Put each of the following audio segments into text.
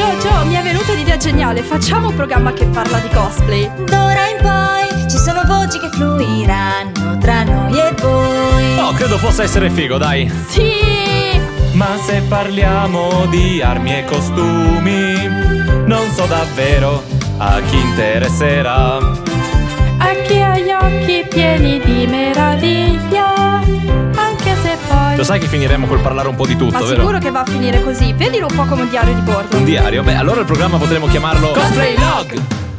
Gio, mi è venuta un'idea geniale. Facciamo un programma che parla di cosplay. D'ora in poi ci sono voci che fluiranno tra noi e voi. No, credo possa essere figo, dai. Sì! Ma se parliamo di armi e costumi, non so davvero a chi interesserà. A chi ha gli occhi pieni di meraviglia, anche se poi... Lo sai che finiremo col parlare un po' di tutto, Ma vero? sicuro che va a finire così. Vedilo un po' come un diario di bordo. Un diario? Beh, allora il programma potremmo chiamarlo Cosplay Log!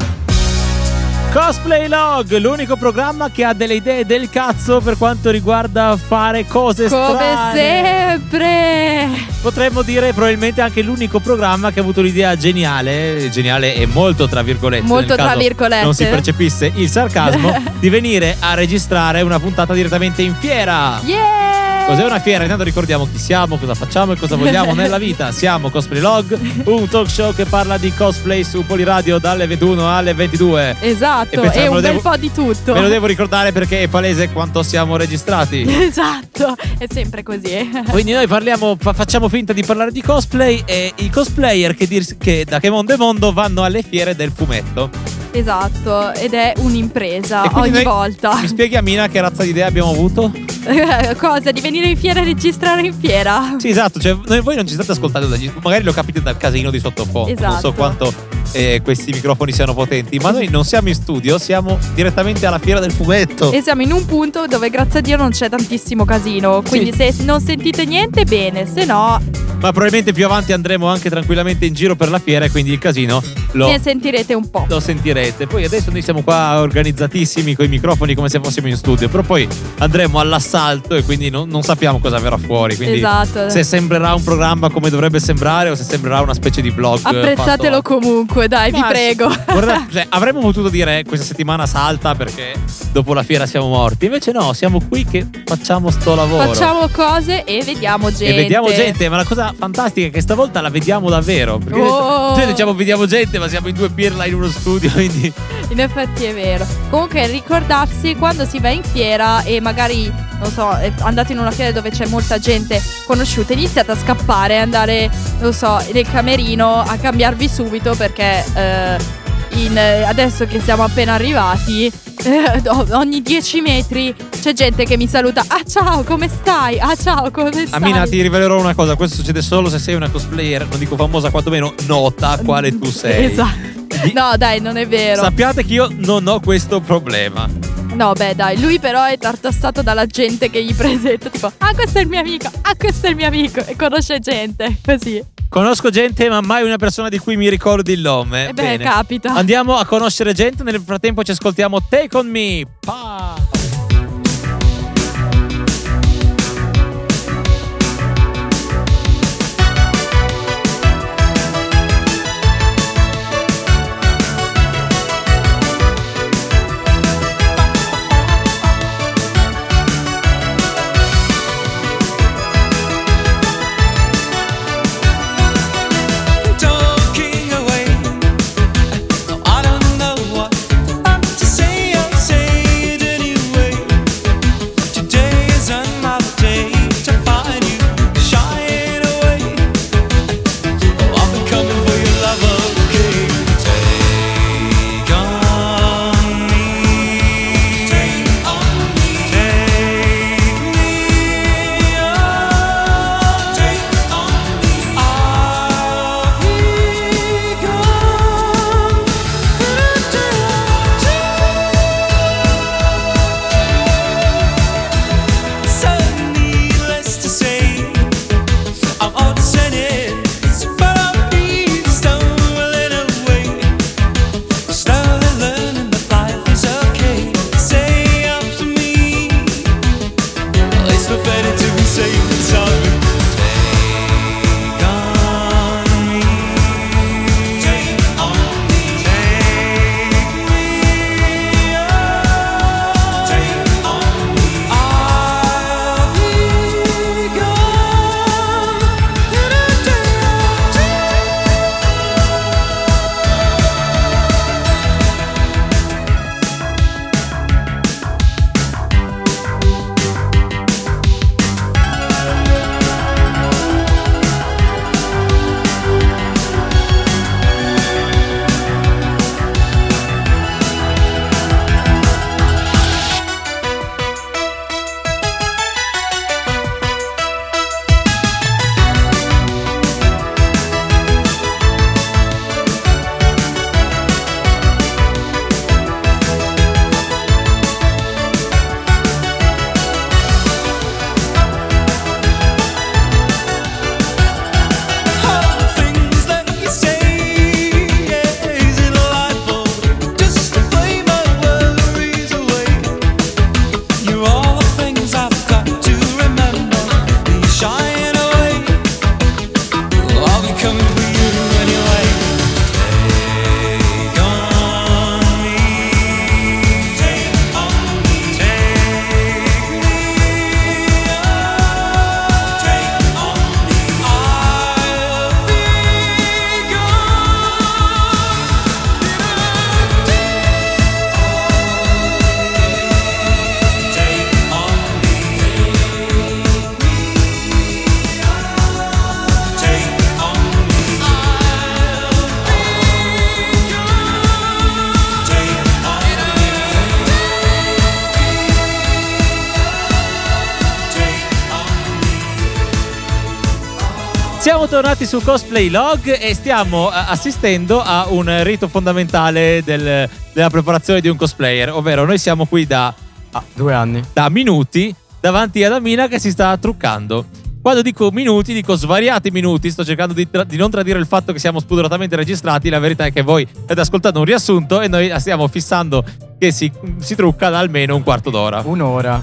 Cosplay Log, l'unico programma che ha delle idee del cazzo per quanto riguarda fare cose Come strane. sempre. Potremmo dire probabilmente anche l'unico programma che ha avuto l'idea geniale e molto tra virgolette, Molto nel tra caso virgolette. non si percepisse il sarcasmo, di venire a registrare una puntata direttamente in fiera. Yeah! Cos'è una fiera? Intanto ricordiamo chi siamo, cosa facciamo e cosa vogliamo nella vita. Siamo Cosplay Log, un talk show che parla di cosplay su Poliradio dalle 21 alle 22. Esatto, pensavo, e me lo un bel devo- po' di tutto. Me lo devo ricordare perché è palese quanto siamo registrati. Esatto, è sempre così. Quindi noi facciamo finta di parlare di cosplay e i cosplayer che da che mondo è mondo vanno alle fiere del fumetto. Esatto, ed è un'impresa E quindi ogni noi- volta. Mi spieghi a Mina che razza di idea abbiamo avuto? Cosa? Di venire in fiera e registrare in fiera? Sì, esatto, cioè voi non ci state ascoltando magari lo capite dal casino di sottofondo. Non so Esatto. quanto questi microfoni siano potenti, ma noi non siamo in studio, siamo direttamente alla fiera del fumetto. E siamo in un punto dove grazie a Dio non c'è tantissimo casino. Quindi se non sentite niente, bene, se no Ma probabilmente più avanti andremo anche tranquillamente in giro per la fiera e quindi il casino ne sentirete un po'. lo sentirete. Poi adesso noi siamo qua organizzatissimi con i microfoni come se fossimo in studio, però poi andremo all'assalto e quindi non sappiamo cosa verrà fuori. Quindi Esatto. se sembrerà un programma come dovrebbe sembrare o se sembrerà una specie di vlog. Apprezzatelo comunque, dai, vi Ma prego. sì, guarda, cioè, avremmo potuto dire questa settimana salta perché dopo la fiera siamo morti. Invece no, siamo qui che facciamo sto lavoro. Facciamo cose e vediamo gente. E vediamo gente, ma la cosa fantastica è che stavolta la vediamo davvero. Perché noi diciamo vediamo gente, ma siamo in due pirla in uno studio, quindi In effetti è vero. Comunque ricordarsi quando si va in fiera e magari, non so, andate in una fiera dove c'è molta gente conosciuta, iniziate a scappare, andare, non so, nel camerino a cambiarvi subito perché adesso che siamo appena arrivati, ogni 10 metri c'è gente che mi saluta. Ah ciao, come stai? Ah ciao, come stai? Amina, ti rivelerò una cosa. Questo succede solo se sei una cosplayer, non dico famosa, quantomeno nota quale tu sei. Esatto. No dai, non è vero. Sappiate che io non ho questo problema. No beh dai, lui però è tartassato dalla gente che gli presenta, tipo ah questo è il mio amico, ah questo è il mio amico, e conosce gente, così. Conosco gente ma mai una persona di cui mi ricordi il nome. E beh, Bene. capita. Andiamo a conoscere gente. Nel frattempo ci ascoltiamo Take On Me. Pa! Talking away, I don't know what to say. I say it anyway. Siamo tornati su Cosplay Log e stiamo assistendo a un rito fondamentale della preparazione di un cosplayer, ovvero noi siamo qui da 2 anni. Da minuti davanti ad Amina che si sta truccando. Quando dico minuti, dico svariati minuti. Sto cercando di non tradire il fatto che siamo spudoratamente registrati. La verità è che voi state ascoltando un riassunto e noi stiamo fissando che si trucca da almeno un quarto d'ora. Un'ora.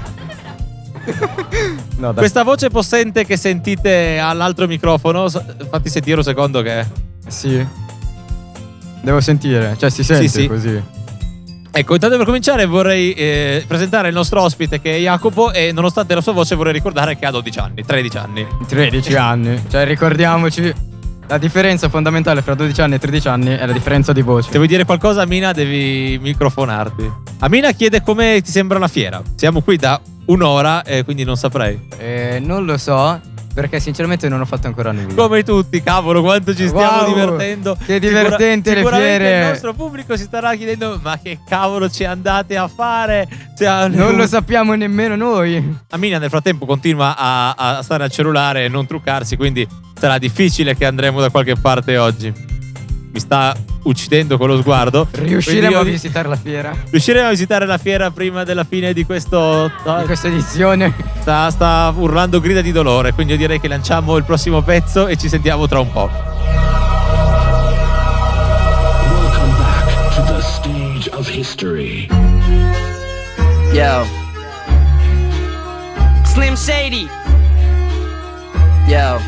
No, dai. Questa voce possente che sentite all'altro microfono, fatti sentire un secondo che... Sì. Devo sentire, cioè si sente Sì. così. Ecco, intanto per cominciare vorrei presentare il nostro ospite che è Jacopo e nonostante la sua voce vorrei ricordare che ha 12 anni, 13 anni. 13 anni. Cioè ricordiamoci, la differenza fondamentale fra 12 anni e 13 anni è la differenza di voce. Se vuoi dire qualcosa, Amina, devi microfonarti. Amina chiede come ti sembra la fiera. Siamo qui da un'ora e quindi non saprei. Non lo so, perché sinceramente non ho fatto ancora nulla. Come tutti, cavolo, quanto ci stiamo Wow, divertendo. che divertente le sicuramente fiere. Il nostro pubblico si starà chiedendo: ma che cavolo ci andate a fare? Cioè, Non lo sappiamo nemmeno noi. Amina nel frattempo continua a stare al cellulare e non truccarsi, quindi sarà difficile che andremo da qualche parte oggi. Mi sta uccidendo con lo sguardo. Riusciremo a visitare la fiera? Riusciremo a visitare la fiera prima della fine di questo... Di questa edizione. Sta urlando grida di dolore, quindi io direi che lanciamo il prossimo pezzo e ci sentiamo tra un po'. Welcome back to the stage of history. Yo. Slim Shady. Yo.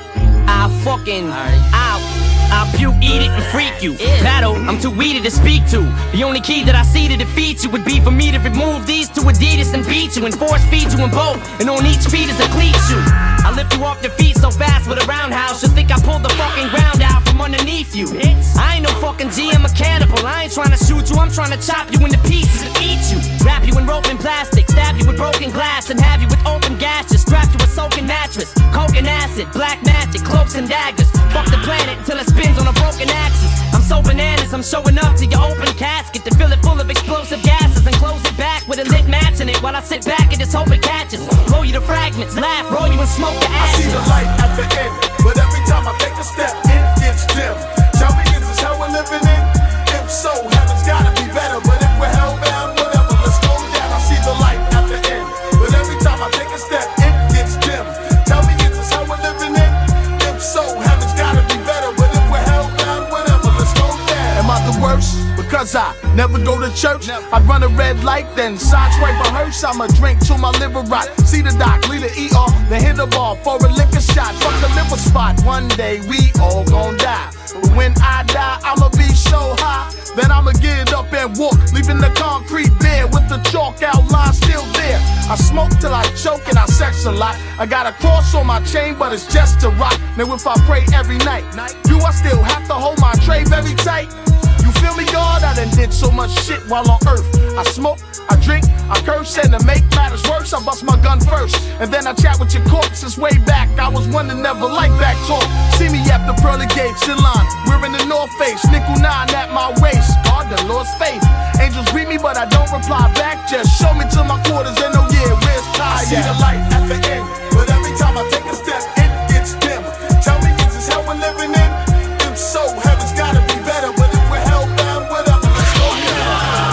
I'll puke, eat it, and freak you. Battle, I'm too weedy to speak to. The only key that I see to defeat you would be for me to remove these two Adidas and beat you and force feed you in both. And on each feet is a cleat shoe. I lift you off your feet so fast with a roundhouse, you'll think I pulled the fucking ground out from underneath you. I ain't no fucking GM mechanical. I ain't trying to shoot you, I'm trying to chop you into pieces and eat you. Wrap you in rope and plastic, stab you with broken glass, and have you with open gashes. Strap you with soaking mattress, coke and acid, black magic, cloaks and daggers. Fuck the planet till it spins on a broken axis. I'm so bananas, I'm showing up to your open casket to fill it full of explosive gases and close it back with a lit match in it while I sit back and just hope it catches. Roll you to fragments, laugh, roll you and smoke the I ashes. see the light at the end, but every time I take a step, it gets dim. Tell me, is this hell we're living in? If so, heaven's gotta be better, but if we're hellbound, whatever, let's go down. I see the light at the end, but every time I take a step, it gets dim. Tell me, is this hell we're living in? If so, heaven's gotta be better, but if we're hellbound, whatever, let's go down. Am I the worst? Because I never go to church. I run a red light, then sideswipe a hearse. I'ma drink till my liver rot. See the doc, lead the ER, then hit the ball for a liquor shot. Fuck the liver spot. One day we all gon' die. But when I die, I'ma be so high that I'ma get up and walk, leaving the concrete bare with the chalk outline still there. I smoke till I choke and I sex a lot. I got a cross on my chain, but it's just a rock. Now if I pray every night, do I still have to hold my tray very tight? You feel me, God? I done did so much shit while on earth. I smoke, I drink, I curse, and to make matters worse, I bust my gun first. And then I chat with your corpses way back. I was one that never liked back talk. See me at the pearly gates in line, wearing the North Face, nickel 9 at my waist. God, the Lord's faith. Angels greet me, but I don't reply back. Just show me to my quarters and oh yeah, where's Ty? I see the light at the end, but every time I take a step, it gets dim. Tell me, is this hell we're living in? If so, heaven's gotta be better, but if we're hellbound, whatever, let's go down.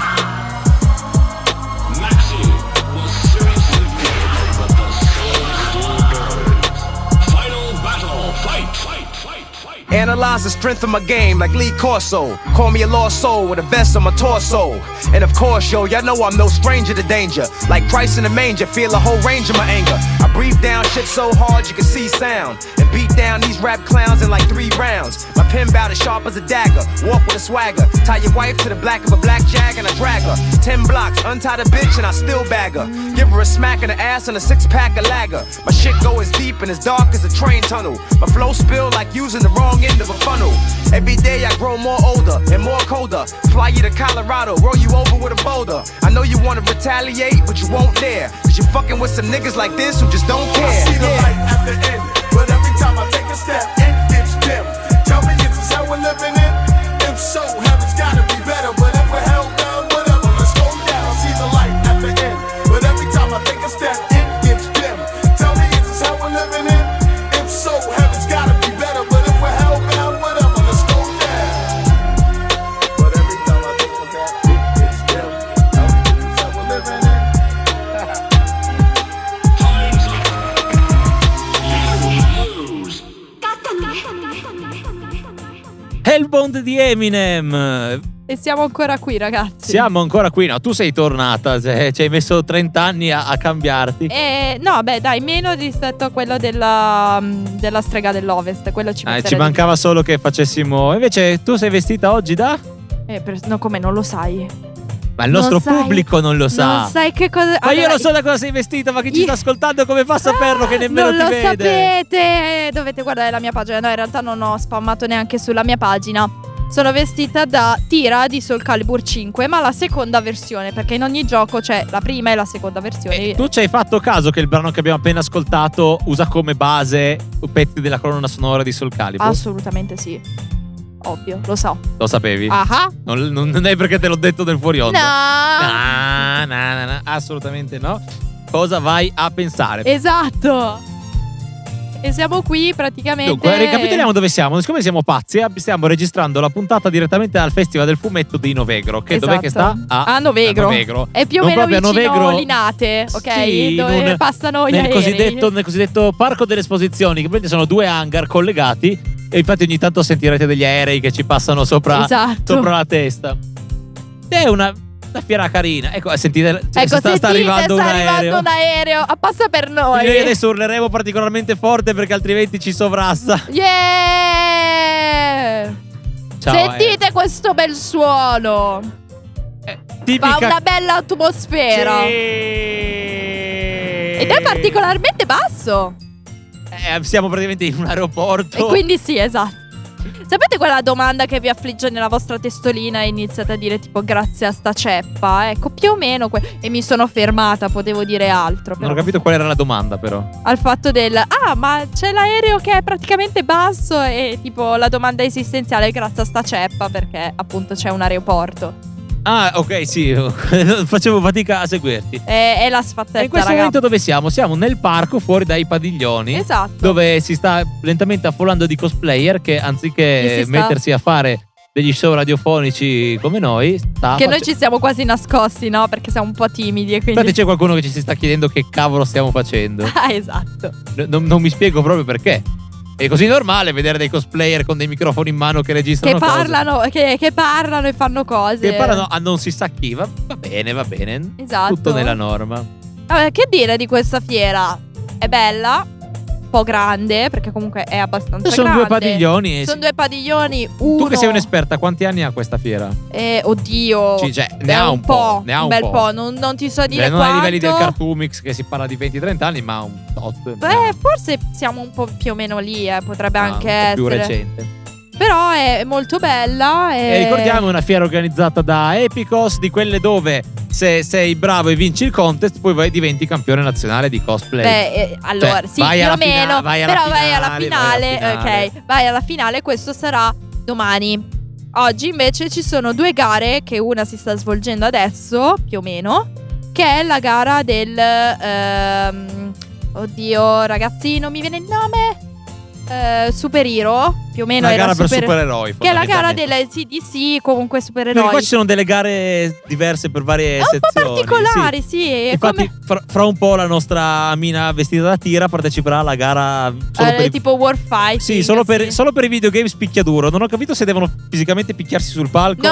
Maxi was seriously wounded, but the soul still burns. Final battle, fight. Analyze the strength of my game like Lee Corso. Call me a lost soul with a vest on my torso. And of course, yo, y'all know I'm no stranger to danger. Like Christ in the manger, feel a whole range of my anger. I breathe down shit so hard you can see sound. And beat down these rap clowns in like 3 rounds. My pen bout as sharp as a dagger. Walk with a swagger. Tie your wife to the black of a black jag and I drag her. 10 blocks, untie the bitch and I still bag her. Give her a smack in the ass and a 6-pack of lager. My shit go as deep and as dark as a train tunnel. My flow spill like using the wrong end of a funnel. Every day I grow more older and more colder. Fly you to Colorado, roll you over with a boulder. I know you wanna retaliate, but you won't dare. Cause you're fucking with some niggas like this who just don't care. I see the light at the end, but every time I take a step, it gets dim. Tell me, is this hell we're living in? If so, heaven's gotta be better, but if we're hellbound, whatever, let's go down. I see the light at the end, but every time I take a step, it gets dim. Tell me, is this hell we're living in? If so, di Eminem. E siamo ancora qui, ragazzi. Siamo ancora qui. No, tu sei tornata. Ci hai messo 30 anni a cambiarti. No, beh, dai, meno rispetto a quello della strega dell'Ovest. Quello ci metterei Ci di mancava solo che facessimo. Invece tu sei vestita oggi da? no, come non lo sai? Ma il nostro Non sai- pubblico non lo sa. Non sai che cosa. Ma io Allora, lo so da cosa sei vestita, ma chi ci sta ascoltando come fa a saperlo che nemmeno non ti lo vede? sapete. Dovete guardare la mia pagina. No, in realtà non ho spammato neanche sulla mia pagina. Sono vestita da Tira di Soul Calibur 5, ma la seconda versione, perché in ogni gioco c'è la prima e la seconda versione. Tu ci hai fatto caso che il brano che abbiamo appena ascoltato usa come base pezzi della colonna sonora di Soul Calibur? Assolutamente sì. Ovvio, lo so. Lo sapevi? Ah. Non è perché te l'ho detto nel fuori onda. No. No, assolutamente no. Cosa vai a pensare? Esatto. E siamo qui praticamente. Dunque, ricapitoliamo dove siamo. Siccome siamo pazzi, stiamo registrando la puntata direttamente dal Festival del Fumetto di Novegro. Che dov'è che sta? A Novegro. È più o Non meno proprio a vicino Novegro. Linate, ok? Sì, dove passano gli aerei. nel cosiddetto parco delle esposizioni, che praticamente sono 2 hangar collegati. E infatti ogni tanto sentirete degli aerei che ci passano sopra la testa. È una fiera carina. Ecco, sentite, sta arrivando un aereo. Passa per noi. Noi adesso urleremo particolarmente forte perché altrimenti ci sovrasta. Yeah! Ciao, Sentite questo bel suono. tipica... Fa una bella atmosfera. Sì. Ed è particolarmente basso. Siamo praticamente in un aeroporto. E quindi sì, esatto. Sapete quella domanda che vi affligge nella vostra testolina e iniziate a dire tipo grazie a sta ceppa? Ecco, più o meno e mi sono fermata, potevo dire altro. Non ho capito qual era la domanda però. Al fatto ma c'è l'aereo che è praticamente basso e tipo la domanda esistenziale è grazie a sta ceppa perché appunto c'è un aeroporto. Ah, ok, sì, facevo fatica a seguirti. È la sfattetta, E in questo momento dove siamo? Siamo nel parco fuori dai padiglioni. Esatto. Dove si sta lentamente affollando di cosplayer che anziché mettersi a fare degli show radiofonici come noi noi ci siamo quasi nascosti, no? Perché siamo un po' timidi e quindi... Infatti c'è qualcuno che ci si sta chiedendo che cavolo stiamo facendo. Ah, esatto. Non mi spiego proprio perché. È così normale vedere dei cosplayer con dei microfoni in mano che registrano che parlano e fanno cose. Che parlano a non si sa chi. Va bene. Esatto. Tutto nella norma. Vabbè, che dire di questa fiera? È bella, un po' grande, perché comunque è abbastanza Sono grande. 2 padiglioni. Sono 2 padiglioni, uno... Tu che sei un'esperta, quanti anni ha questa fiera? Oddio. Ne ha un po'. Ne ha un bel po'. Non ti so dire non quanto. ai livelli del Cartoomix che si parla di 20-30 anni, ma un tot. Forse siamo un po' più o meno lì, potrebbe anche essere. Più recente. Però è molto bella. E ricordiamo, è una fiera organizzata da Epicos, di quelle dove se sei bravo e vinci il contest, poi diventi campione nazionale di cosplay. Allora, sì, più o meno. Vai alla finale. Ok, vai alla finale. Questo sarà domani. Oggi invece ci sono 2 gare, che una si sta svolgendo adesso, più o meno, che è la gara del... oddio, ragazzi, non mi viene il nome. Super Hero, più o meno. Una gara per supereroi, che è la gara delle CDC, comunque supereroi. Perché qua ci sono delle gare diverse per varie sezioni. Un po' particolari, sì. Infatti fra un po' la nostra Amina vestita da Tira parteciperà alla gara tipo Warfighting. Sì, solo per i videogames picchiaduro. Non ho capito se devono fisicamente picchiarsi sul palco.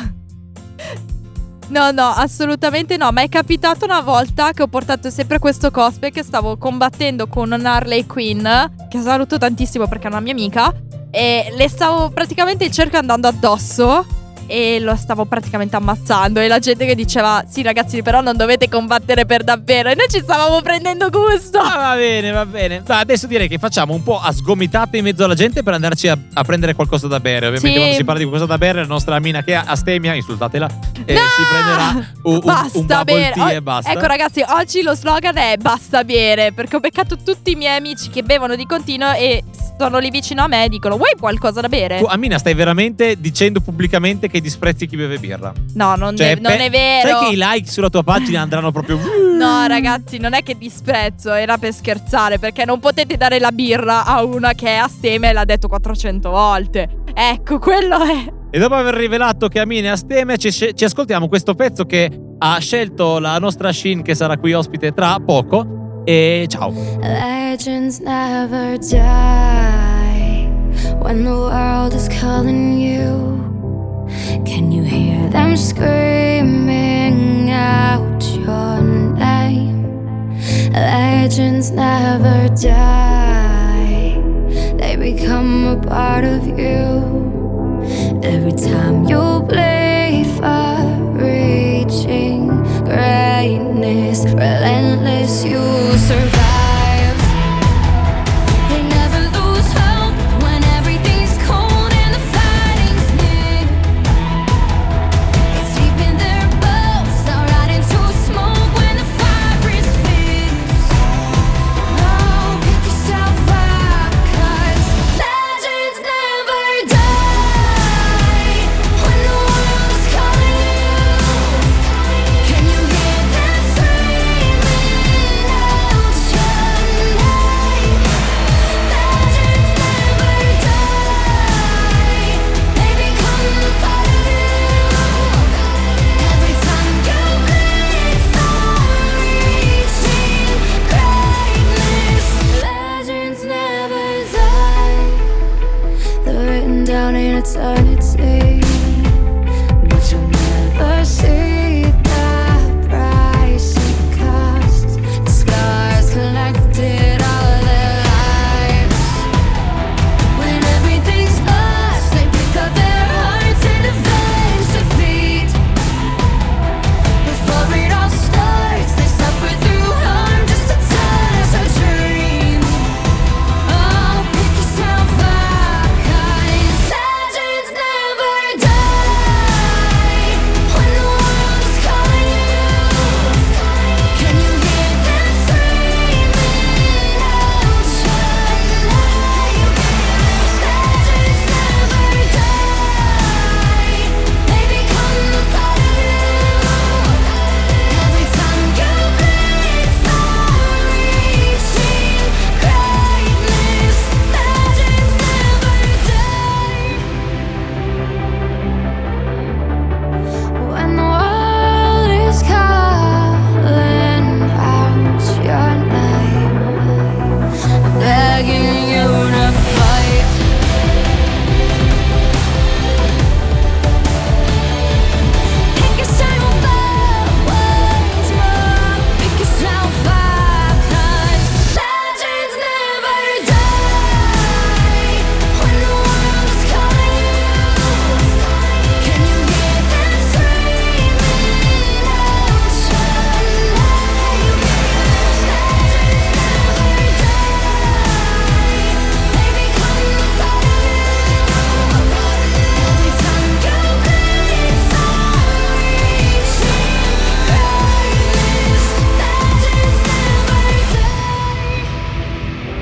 No, assolutamente no. Ma è capitato una volta che ho portato sempre questo cosplay, che stavo combattendo con un Harley Quinn, che saluto tantissimo perché è una mia amica, e le stavo praticamente il cerchio andando addosso e lo stavo praticamente ammazzando. E la gente che diceva sì ragazzi, però non dovete combattere per davvero. E noi ci stavamo prendendo gusto. Va bene. Adesso direi che facciamo un po' a sgomitate in mezzo alla gente per andarci a prendere qualcosa da bere. Ovviamente quando si parla di qualcosa da bere, la nostra Amina che ha astemia, insultatela, si prenderà un bubble tea e basta. Ecco ragazzi, oggi lo slogan è basta bere, perché ho beccato tutti i miei amici che bevono di continuo e sono lì vicino a me e dicono vuoi qualcosa da bere? Tu, Amina, stai veramente dicendo pubblicamente che disprezzi chi beve birra? No, non è vero. Sai che i like sulla tua pagina andranno proprio... No ragazzi, non è che disprezzo, era per scherzare, perché non potete dare la birra a una che è astemia e l'ha detto 400 volte. Ecco, quello è. E dopo aver rivelato che Amina è astemia, ci ascoltiamo questo pezzo che ha scelto la nostra Shin, che sarà qui ospite tra poco. E ciao. Legends never die. when the world is calling you? Can you hear them screaming out your name? Legends never die, they become a part of you. Every time you play for reaching greatness, relentless, you survive. They never lose hope when everything's cold and the fighting's near. It's deep in their bones, they'll rot into smoke when the fire is fierce. Oh, pick yourself up, 'cause legends never die. When the world is calling you, can you hear them screaming out your name? Legends never die, they become a part of you. Every time you bleed for reaching greatness, legends never die. They're written down in eternity, but you'll never see the price it costs. The scars collected all their lives. When everything's lost, they pick up their hearts and avenge defeat. Before it all starts, they suffer through harm just to touch a dream. Oh, pick yourself up, 'cause legends never die. When the world is calling you, can you hear them screaming out your name? Legends never die, they become a part of you. Every time you bleed for reaching greatness, legends never die. When the world is calling out your name, begging you to fight. Pick yourself up once more. Pick yourself up, 'cause legends never die. When the world is calling you, can you hear them screaming out your name? Legends never die, they become a part of you. Every time you bleed for reaching greatness, legends never die.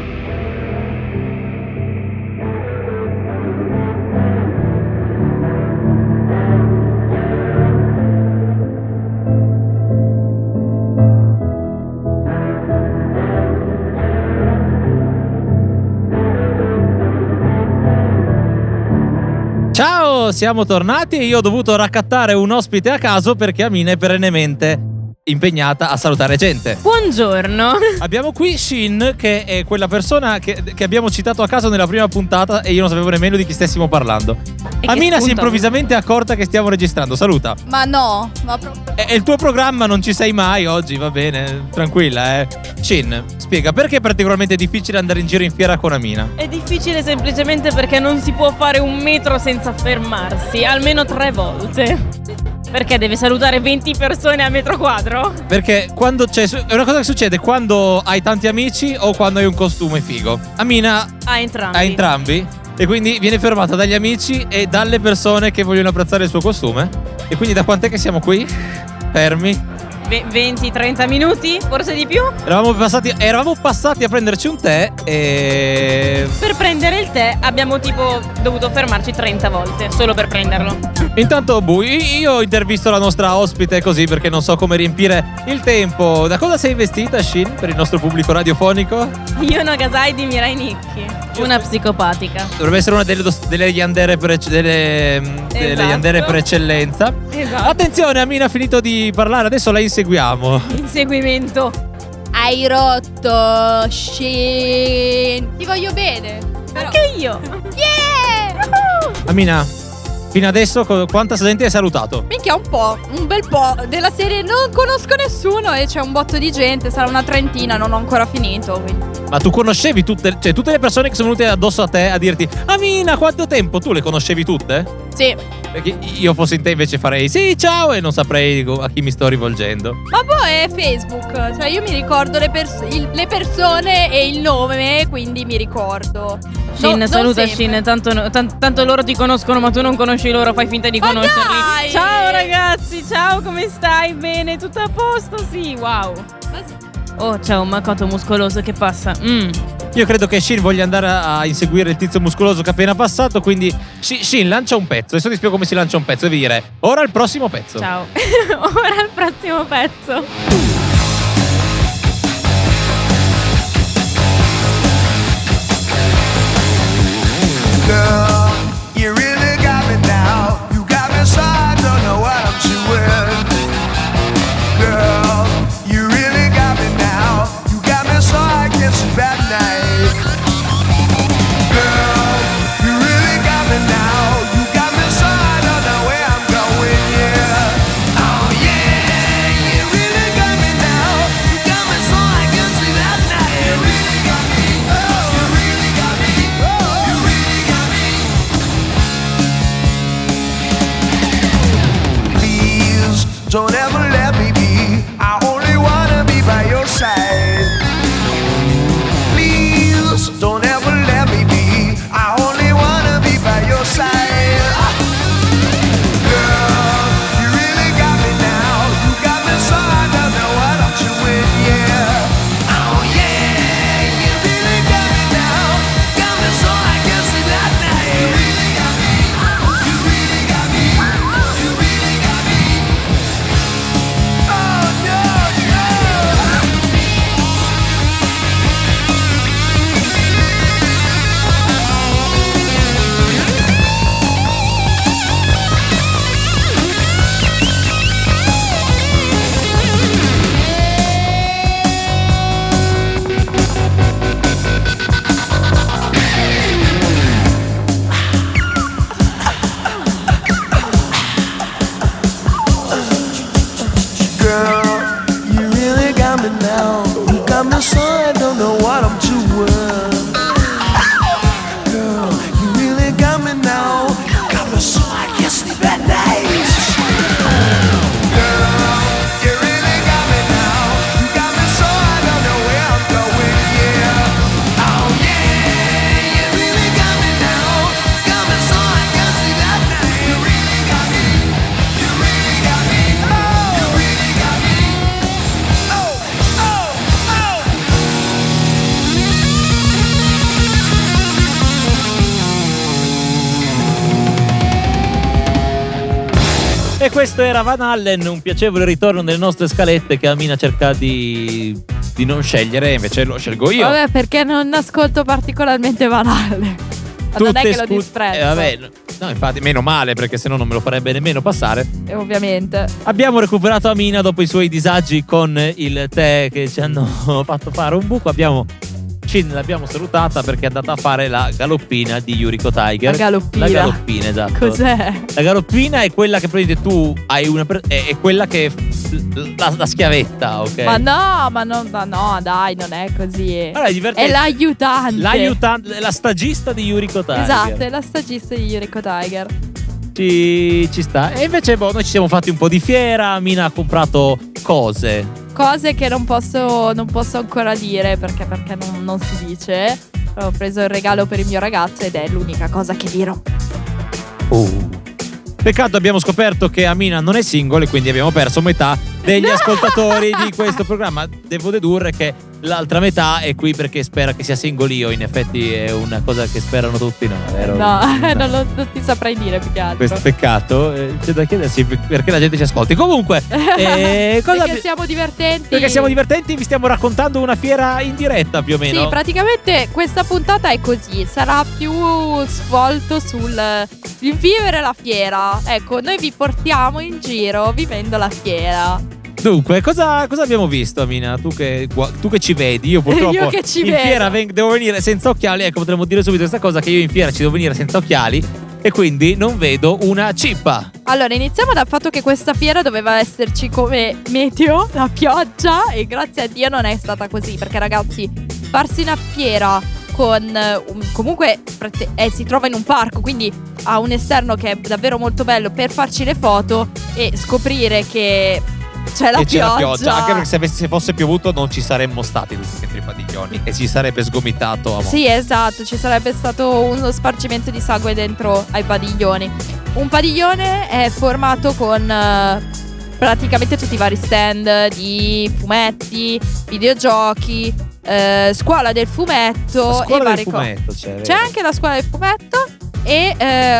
Ciao, siamo tornati e io ho dovuto raccattare un ospite a caso perché Amina è perennemente impegnata a salutare gente. Buongiorno. Abbiamo qui Shin, che è quella persona che abbiamo citato a caso nella prima puntata e io non sapevo nemmeno di chi stessimo parlando. E che Amina si è spunto. improvvisamente accorta che stiamo registrando. Saluta. Ma no, ma proprio. È il tuo programma, non ci sei mai oggi, va bene, tranquilla, Shin, spiega perché è particolarmente difficile andare in giro in fiera con Amina. È difficile semplicemente perché non si può fare un metro senza fermarsi, almeno 3 volte. Perché deve salutare 20 persone a metro quadro? Perché quando c'è. È una cosa che succede quando hai tanti amici o quando hai un costume figo. Amina A entrambi. ha entrambi. E quindi viene fermata dagli amici e dalle persone che vogliono apprezzare il suo costume. E quindi da quant'è che siamo qui? Fermi. 20-30 minuti, forse di più. Eravamo passati a prenderci un tè e. Per prendere il tè abbiamo tipo dovuto fermarci 30 volte, solo per prenderlo. Intanto io intervisto la nostra ospite così perché non so come riempire il tempo. Da cosa sei vestita, Shin, per il nostro pubblico radiofonico? Io Nagasai di Mirai Nikki, una psicopatica. Dovrebbe essere una delle yandere per yandere per eccellenza. Esatto. Attenzione, Amina ha finito di parlare, adesso la inseguiamo. Inseguimento. Hai rotto, Shin. Ti voglio bene. Anche io. Yeah! Amina, fino adesso quanta gente hai salutato? Minchia, un bel po'. Della serie non conosco nessuno e c'è un botto di gente, sarà una trentina, non ho ancora finito. Quindi. Ma tu conoscevi tutte le persone che sono venute addosso a te a dirti Amina, quanto tempo? Tu le conoscevi tutte? Sì. Perché io fossi in te invece farei sì, ciao, e non saprei a chi mi sto rivolgendo. Ma poi è Facebook, cioè io mi ricordo le persone e il nome, quindi mi ricordo. Shin, Non saluta sempre. Shin, tanto loro ti conoscono ma tu non conosci loro, fai finta di Ma conoscerli. dai! Ciao ragazzi, ciao, come stai? Bene, tutto a posto? Sì, wow. Oh, c'è un Makoto muscoloso che passa. Io credo che Shin voglia andare a inseguire il tizio muscoloso che è appena passato, quindi Shin lancia un pezzo. Adesso ti spiego come si lancia un pezzo. Devi dire ora il prossimo pezzo. Ciao. Ora il prossimo pezzo. Girl, you really got me now. You got me so I don't know what I'm doing. Girl, you really got me now. You got me so I can't sleep at night. Girl, you really got me now. You got me so I don't know where I'm going. Yeah. Oh yeah, you really got me now. You got me so I can't sleep at night. You really got me. Oh, you really got me. Oh, you really got me. Please don't ever let me be. I only wanna be by your side. Please don't ever let me be. I only wanna be by your side. Girl, you really got me now. You got me so I don't know what I'm doing. Yeah. Oh yeah, you really got me now. Got me so I can't sleep at night. You really got me. You really got me. You really got me. Oh no, no. Girl, you really got me now. You got me so I don't know what I'm doing. Girl, you really got me now. You got me so I can't sleep at night. Girl, you really got me now. You got me so I don't know where I'm going. Yeah. Oh yeah, you really got me now. Got me so I can't sleep at night. You really got me. You really got me. Oh, you really got me. Oh, oh, oh. E questo era Van Allen, un piacevole ritorno nelle nostre scalette che Amina cerca di non scegliere, invece lo scelgo io. Vabbè, perché non ascolto particolarmente Van Allen. Ma non è che lo disprezzo. Vabbè, no, infatti, meno male, perché sennò non me lo farebbe nemmeno passare. Ovviamente. Abbiamo recuperato Amina dopo i suoi disagi con il tè che ci hanno fatto fare un buco. Shin l'abbiamo salutata perché è andata a fare la galoppina di Yuriko Tiger. La galoppina. La galoppina, esatto. Cos'è? La galoppina è quella che prendi tu, hai è quella che la schiavetta, ok? Ma no, dai, non è così. Allora, è divertente. È l'aiutante. È la stagista di Yuriko Tiger. Esatto, è la stagista di Yuriko Tiger. Ci sta. E invece noi ci siamo fatti un po' di fiera. Mina ha comprato cose Cose che non posso ancora dire perché non si dice. Ho preso il regalo per il mio ragazzo ed è l'unica cosa che dirò. Peccato, abbiamo scoperto che Amina non è single e quindi abbiamo perso metà degli ascoltatori di questo programma. Devo dedurre che l'altra metà è qui perché spera che sia single io. In effetti è una cosa che sperano tutti, no? Vero? No, non ti saprei dire più che altro. Questo peccato, c'è da chiedersi perché la gente ci ascolti. Comunque, perché siamo divertenti. Perché siamo divertenti, vi stiamo raccontando una fiera in diretta più o meno. Sì, praticamente questa puntata è così. Sarà più svolto sul vivere la fiera. Ecco, noi vi portiamo in giro vivendo la fiera. Dunque, cosa abbiamo visto, Amina? Tu che ci vedi, io purtroppo Io che ci in vedo. fiera devo venire senza occhiali. Ecco, potremmo dire subito questa cosa, che io in fiera ci devo venire senza occhiali e quindi non vedo una cippa. Allora, iniziamo dal fatto che questa fiera doveva esserci come meteo, la pioggia, e grazie a Dio non è stata così, perché ragazzi, farsi una fiera con comunque si trova in un parco, quindi ha un esterno che è davvero molto bello per farci le foto, e scoprire che c'è la E c'è la pioggia. pioggia, anche perché se fosse piovuto non ci saremmo stati tutti dentro i padiglioni e ci sarebbe sgomitato a morte. Sì, esatto, ci sarebbe stato uno spargimento di sangue dentro ai padiglioni. Un padiglione è formato con praticamente tutti i vari stand di fumetti, videogiochi, scuola del fumetto La scuola e del varie cose. fumetto C'è vero. anche la scuola del fumetto e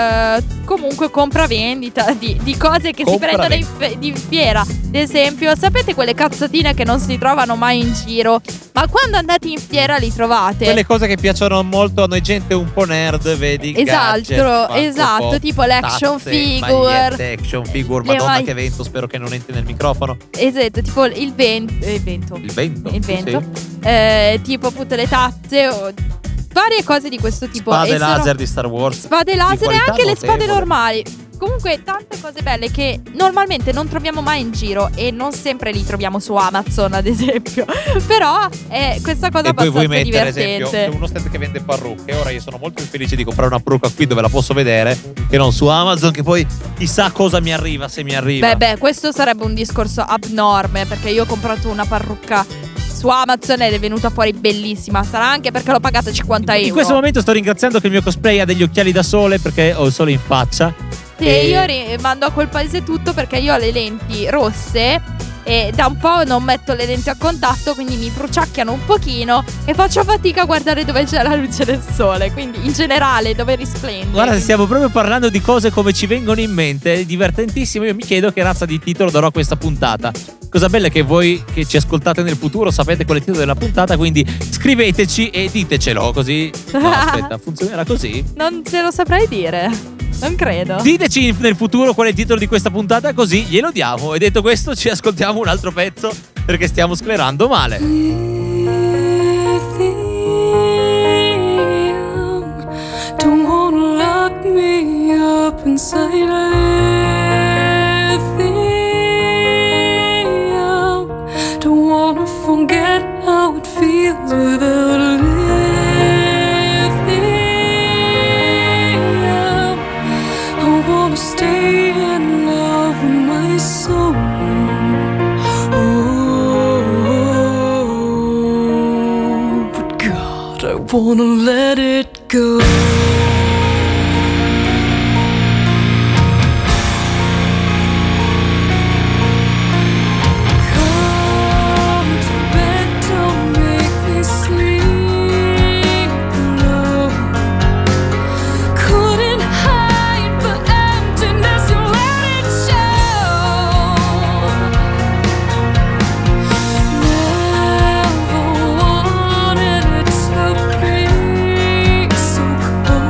comunque compravendita di cose che si prendono in fiera. Ad esempio, sapete quelle cazzatine che non si trovano mai in giro, ma quando andate in fiera li trovate? Quelle cose che piacciono molto a noi, gente un po' nerd, vedi? gadget, Funko esatto, Pop, tipo l'action tazze, figure. magliette, action figure, Le madonna mag- che vento, spero che non entri nel microfono. Esatto, tipo il vento. Il vento? Il vento. Sì. Tipo appunto le tazze o varie cose di questo tipo. Spade E sono- laser di Star Wars. Spade Di laser e qualità anche le spade notevole. normali. Comunque tante cose belle che normalmente non troviamo mai in giro, e non sempre li troviamo su Amazon, ad esempio. Però è questa cosa E poi vuoi abbastanza mettere, ad esempio, divertente. c'è uno stand che vende parrucche. Ora io sono molto più felice di comprare una parrucca qui dove la posso vedere che non su Amazon, che poi chissà cosa mi arriva, se mi arriva. Beh, questo sarebbe un discorso abnorme, perché io ho comprato una parrucca su Amazon ed è venuta fuori bellissima. Sarà anche perché l'ho pagata 50 euro. In questo momento sto ringraziando che il mio cosplay ha degli occhiali da sole, perché ho il sole in faccia. Sì, io mando a quel paese tutto perché io ho le lenti rosse e da un po' non metto le lenti a contatto, quindi mi bruciacchiano un pochino e faccio fatica a guardare dove c'è la luce del sole, quindi in generale dove risplende. Guarda, stiamo proprio parlando di cose come ci vengono in mente, è divertentissimo. Io mi chiedo che razza di titolo darò a questa puntata. Cosa bella è che voi che ci ascoltate nel futuro sapete qual è il titolo della puntata, quindi scriveteci e ditecelo, così. No, aspetta, funzionerà così? Non te lo saprei dire. Non credo. Diteci nel futuro qual è il titolo di questa puntata, così glielo diamo. E detto questo, ci ascoltiamo un altro pezzo perché stiamo sclerando male. Don't wanna lock me up inside lithium. Don't wanna forget how it feels without lithium. I wanna stay in love with my soul. Oh, but God, I wanna let it go. Come to bed, don't make me sleep alone. Couldn't hide the emptiness and let it show. Never wanted it to be so cold.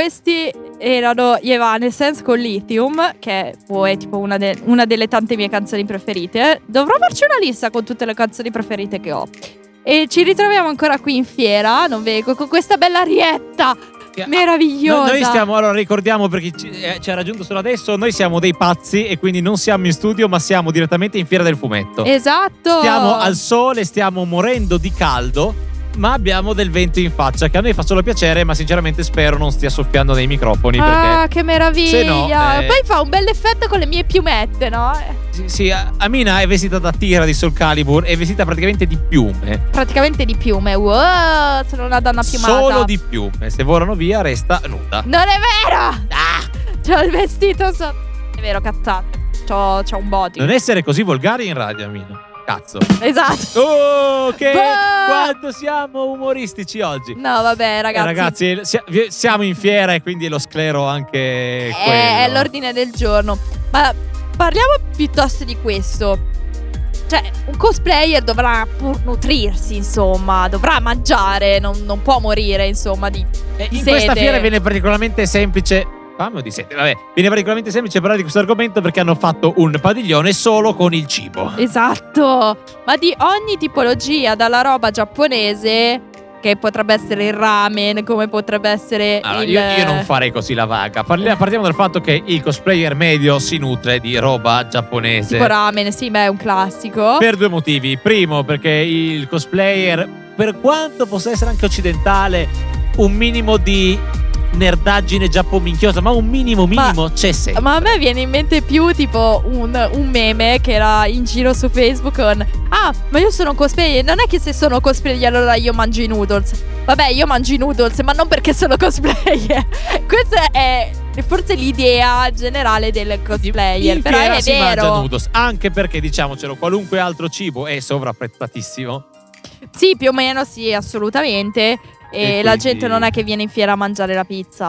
questi erano gli Evanescence con Lithium, che è tipo una delle tante mie canzoni preferite. Dovrò farci una lista con tutte le canzoni preferite che ho. E ci ritroviamo ancora qui in fiera, non vedo, con questa bella arietta meravigliosa. Noi stiamo, allora ricordiamo per chi ci ha raggiunto solo adesso, noi siamo dei pazzi e quindi non siamo in studio ma siamo direttamente in Fiera del Fumetto. Esatto. Stiamo al sole, stiamo morendo di caldo, ma abbiamo del vento in faccia che a noi fa solo piacere, ma sinceramente spero non stia soffiando nei microfoni. Ah, che meraviglia! se no, Poi fa un bel effetto con le mie piumette, no? Sì, Amina è vestita da Tira di Soul Calibur, è vestita praticamente di piume. Praticamente di piume. Wow, sono una donna piumata. Solo di piume. Se volano via resta nuda. Non è vero! C'ho il vestito sotto. È vero, cazzate. C'ho un body. Non essere così volgari in radio, Amina. Cazzo. Esatto. Oh, che quanto siamo umoristici oggi. No, vabbè, ragazzi. Ragazzi, siamo in fiera e quindi lo sclero anche quello. È l'ordine del giorno. Ma parliamo piuttosto di questo. Cioè, un cosplayer dovrà pur nutrirsi, insomma. Dovrà mangiare, non può morire, insomma, di in sete. questa fiera viene particolarmente semplice. Di sete, vabbè. Viene particolarmente semplice parlare di questo argomento perché hanno fatto un padiglione solo con il cibo. Esatto. Ma di ogni tipologia, dalla roba giapponese, che potrebbe essere il ramen, come potrebbe essere allora, il... io non farei così la vaga. Partiamo dal fatto che il cosplayer medio si nutre di roba giapponese. tipo ramen, sì, beh, è un classico. Per due motivi. Primo, perché il cosplayer, per quanto possa essere anche occidentale, un minimo di nerdaggine giappominchiosa, ma un minimo c'è sempre. Ma a me viene in mente più tipo un meme che era in giro su Facebook con: ah, ma io sono cosplayer. Non è che se sono cosplayer allora io mangio i noodles. Vabbè, io mangio i noodles, ma non perché sono cosplayer. Questa è forse l'idea generale del cosplayer. Però è si mangia vero. noodles, anche perché, diciamocelo, qualunque altro cibo è sovrapprezzatissimo. Sì, più o meno sì, assolutamente. E la quindi gente non è che viene in fiera a mangiare la pizza,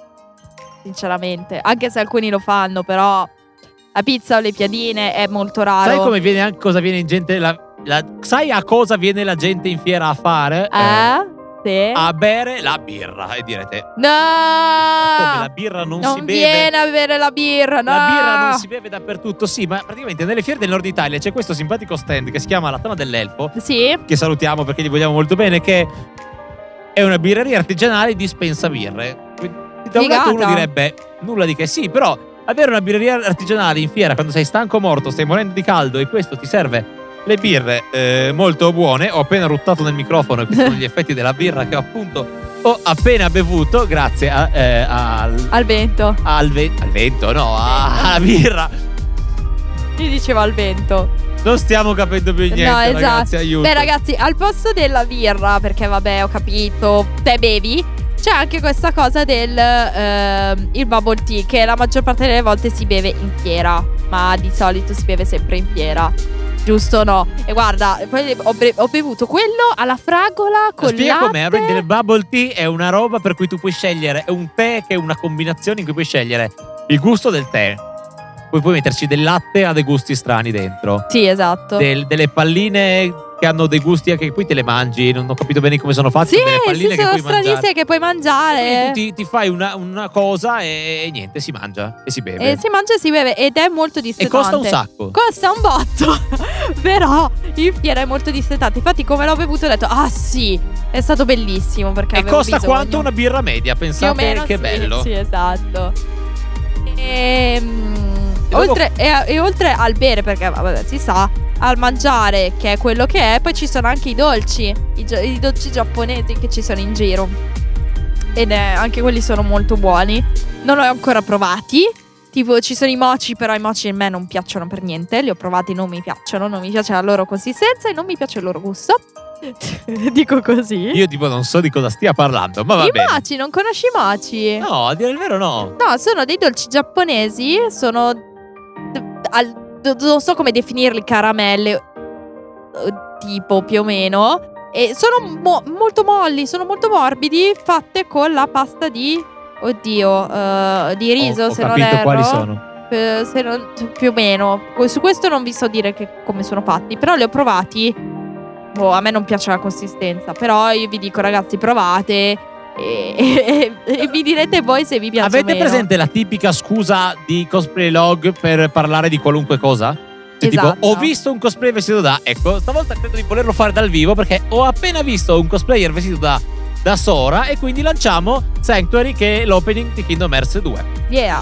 sinceramente. Anche se alcuni lo fanno, però la pizza o le piadine è molto raro. Sai come viene, anche cosa viene in gente sai a cosa viene la gente in fiera a fare? Sì. A bere la birra. E direte: no, come la birra non si beve? viene a bere la birra, no. La birra non si beve dappertutto. Sì, ma praticamente nelle fiere del nord Italia c'è questo simpatico stand che si chiama La Tana dell'Elfo. Sì. Che salutiamo perché gli vogliamo molto bene, che è una birreria artigianale dispensa birre. Da un lato uno direbbe nulla di che, sì, però avere una birreria artigianale in fiera quando sei stanco morto, stai morendo di caldo e questo ti serve le birre molto buone. Ho appena ruttato nel microfono e questi sono gli effetti della birra che appunto ho appena bevuto grazie al vento. Al vento, no, alla birra. Io dicevo al vento. Non stiamo capendo più niente, no, esatto. Ragazzi, aiuto. Beh, ragazzi, al posto della birra, perché vabbè, ho capito, te bevi, c'è anche questa cosa del il bubble tea, che la maggior parte delle volte si beve in fiera, ma di solito si beve sempre in fiera. Giusto o no? E guarda, poi ho bevuto quello alla fragola con Spiega latte. com'è. Il bubble tea è una roba per cui tu puoi scegliere, è un tè che è una combinazione in cui puoi scegliere il gusto del tè, poi puoi metterci del latte a dei gusti strani dentro. Sì, esatto. Delle palline che hanno dei gusti anche che poi te le mangi. Non ho capito bene come sono fatte. Sì, delle palline sono che puoi mangiare. stranissime che puoi mangiare. Quindi tu ti fai una cosa e niente, si mangia e si beve. E si mangia e si beve ed è molto dissetante. E costa un sacco. Costa un botto. Però in fiera è molto dissetante. Infatti come l'ho bevuto ho detto: ah sì, è stato bellissimo perché E avevo costa bisogno. quanto una birra media? Pensate più o meno, che sì, bello. Sì, esatto. dopo- Oltre al bere, perché vabbè, si sa, al mangiare, che è quello che è, poi ci sono anche i dolci, i dolci giapponesi che ci sono in giro. Ed anche quelli sono molto buoni. Non li ho ancora provati. Tipo ci sono i mochi, però i mochi a me non piacciono per niente. Li ho provati, non mi piacciono. Non mi piace la loro consistenza e non mi piace il loro gusto. Dico così. Io tipo non so di cosa stia parlando, ma va I bene. mochi, non conosci i mochi? No, a dire il vero no. No, sono dei dolci giapponesi. Sono non so come definirli, caramelle tipo più o meno. E sono molto molli, sono molto morbidi, fatte con la pasta di di riso, Ho se non capito erro. quali sono. Se non, più o meno. Su questo non vi so dire come sono fatti, però li ho provati. A me non piace la consistenza, però io vi dico ragazzi, provate. e mi direte voi se vi piace o Avete meno. presente la tipica scusa di Cosplay Log per parlare di qualunque cosa? Cioè, Esatto. tipo, ho visto un cosplay vestito da... Ecco, stavolta credo di volerlo fare dal vivo perché ho appena visto un cosplayer vestito da Sora e quindi lanciamo Sanctuary, che è l'opening di Kingdom Hearts 2. Yeah.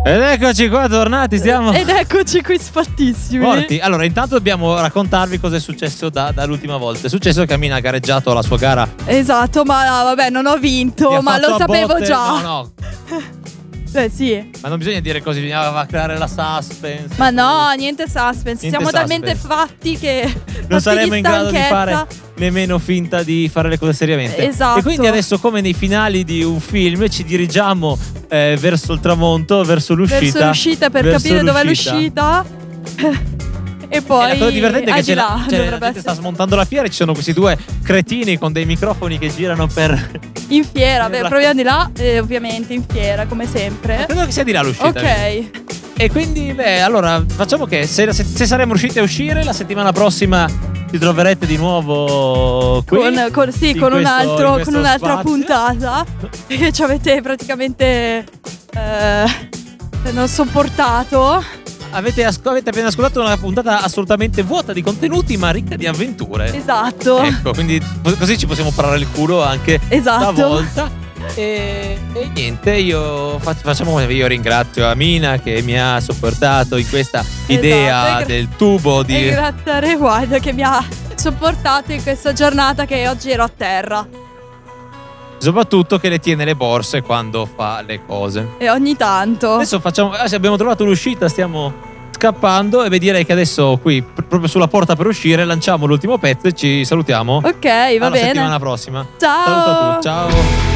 Ed eccoci qua, tornati, siamo Ed eccoci qui sfattissimi. morti. Allora, intanto dobbiamo raccontarvi cosa è successo dall'ultima volta. È successo che Amina ha gareggiato la sua gara. Esatto, ma vabbè, non ho vinto, Ti ha ma fatto lo a sapevo botte. già. No. Sì. Ma non bisogna dire così, bisognava creare la suspense. Ma no, niente suspense. Niente Siamo suspense. talmente fatti che Non fatti saremo di in grado di stanchezza. fare nemmeno finta di fare le cose seriamente. Esatto. E quindi adesso, come nei finali di un film, ci dirigiamo verso il tramonto, verso l'uscita. Verso l'uscita per verso capire dov'è l'uscita. E poi la cosa divertente è che di là, la dovrebbe gente essere. sta smontando la fiera e ci sono questi due cretini con dei microfoni che girano per. In fiera, beh, la- proviamo di là, ovviamente in fiera, come sempre. Credo che sia di là l'uscita. Ok. E quindi, beh, allora facciamo che se saremo riusciti a uscire, la settimana prossima ci troverete di nuovo qui. Sì, in con questo- in con questo un'altra spazio. puntata. Che ci avete praticamente non sopportato. Avete appena ascoltato una puntata assolutamente vuota di contenuti, ma ricca di avventure. Esatto. Ecco, quindi così ci possiamo parare il culo anche Esatto. stavolta. E niente, io ringrazio Amina che mi ha sopportato in questa idea e del tubo E di. grazie a Reward che mi ha sopportato in questa giornata che oggi ero a terra. Soprattutto che le tiene le borse quando fa le cose. E ogni tanto. Adesso se abbiamo trovato l'uscita, stiamo scappando. E direi che adesso qui, proprio sulla porta per uscire, lanciamo l'ultimo pezzo e ci salutiamo. Ok, va Alla bene. settimana prossima. Ciao. Saluto a tutti. Ciao.